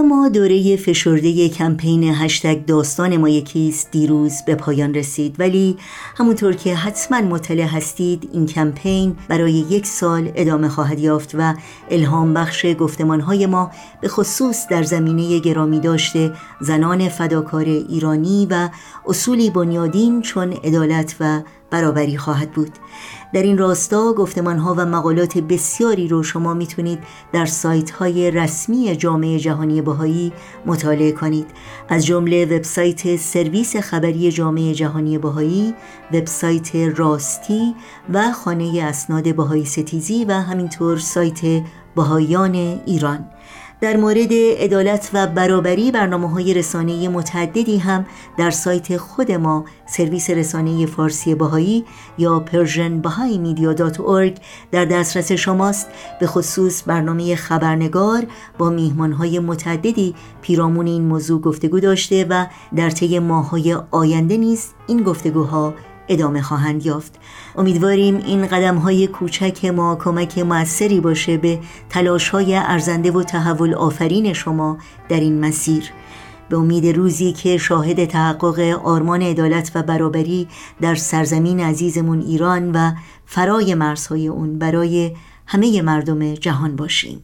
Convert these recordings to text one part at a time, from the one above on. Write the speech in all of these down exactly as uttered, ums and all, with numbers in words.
اما دوره فشرده کمپین هشتگ داستان ما یکیست دیروز به پایان رسید، ولی همونطور که حتما مطلع هستید این کمپین برای یک سال ادامه خواهد یافت و الهام بخش گفتمانهای ما به خصوص در زمینه گرامی داشته زنان فداکار ایرانی و اصولی بنیادین چون عدالت و برابری خواهد بود. در این راستا گفتمانها و مقالات بسیاری رو شما میتونید در سایت های رسمی جامعه جهانی بهایی مطالعه کنید، از جمله وبسایت سرویس خبری جامعه جهانی بهایی، وبسایت راستی و خانه اسناد بهایی ستیزی و همینطور سایت بهاییان ایران. در مورد عدالت و برابری برنامه‌های رسانه‌ای متعددی هم در سایت خود ما سرویس رسانه‌ای فارسی بهایی یا پرژن بهایی مدیا دات اورگ در دسترس شماست. به خصوص برنامه خبرنگار با میهمان‌های متعددی پیرامون این موضوع گفتگو داشته و در طی ماه‌های آینده نیز این گفتگوها ادامه خواهند یافت. امیدواریم این قدم‌های کوچک ما کمک موثری باشه به تلاش‌های ارزنده و تحول آفرین شما در این مسیر، به امید روزی که شاهد تحقق آرمان عدالت و برابری در سرزمین عزیزمون ایران و فرای مرزهای اون برای همه مردم جهان باشیم.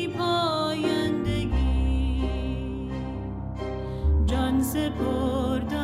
سپردم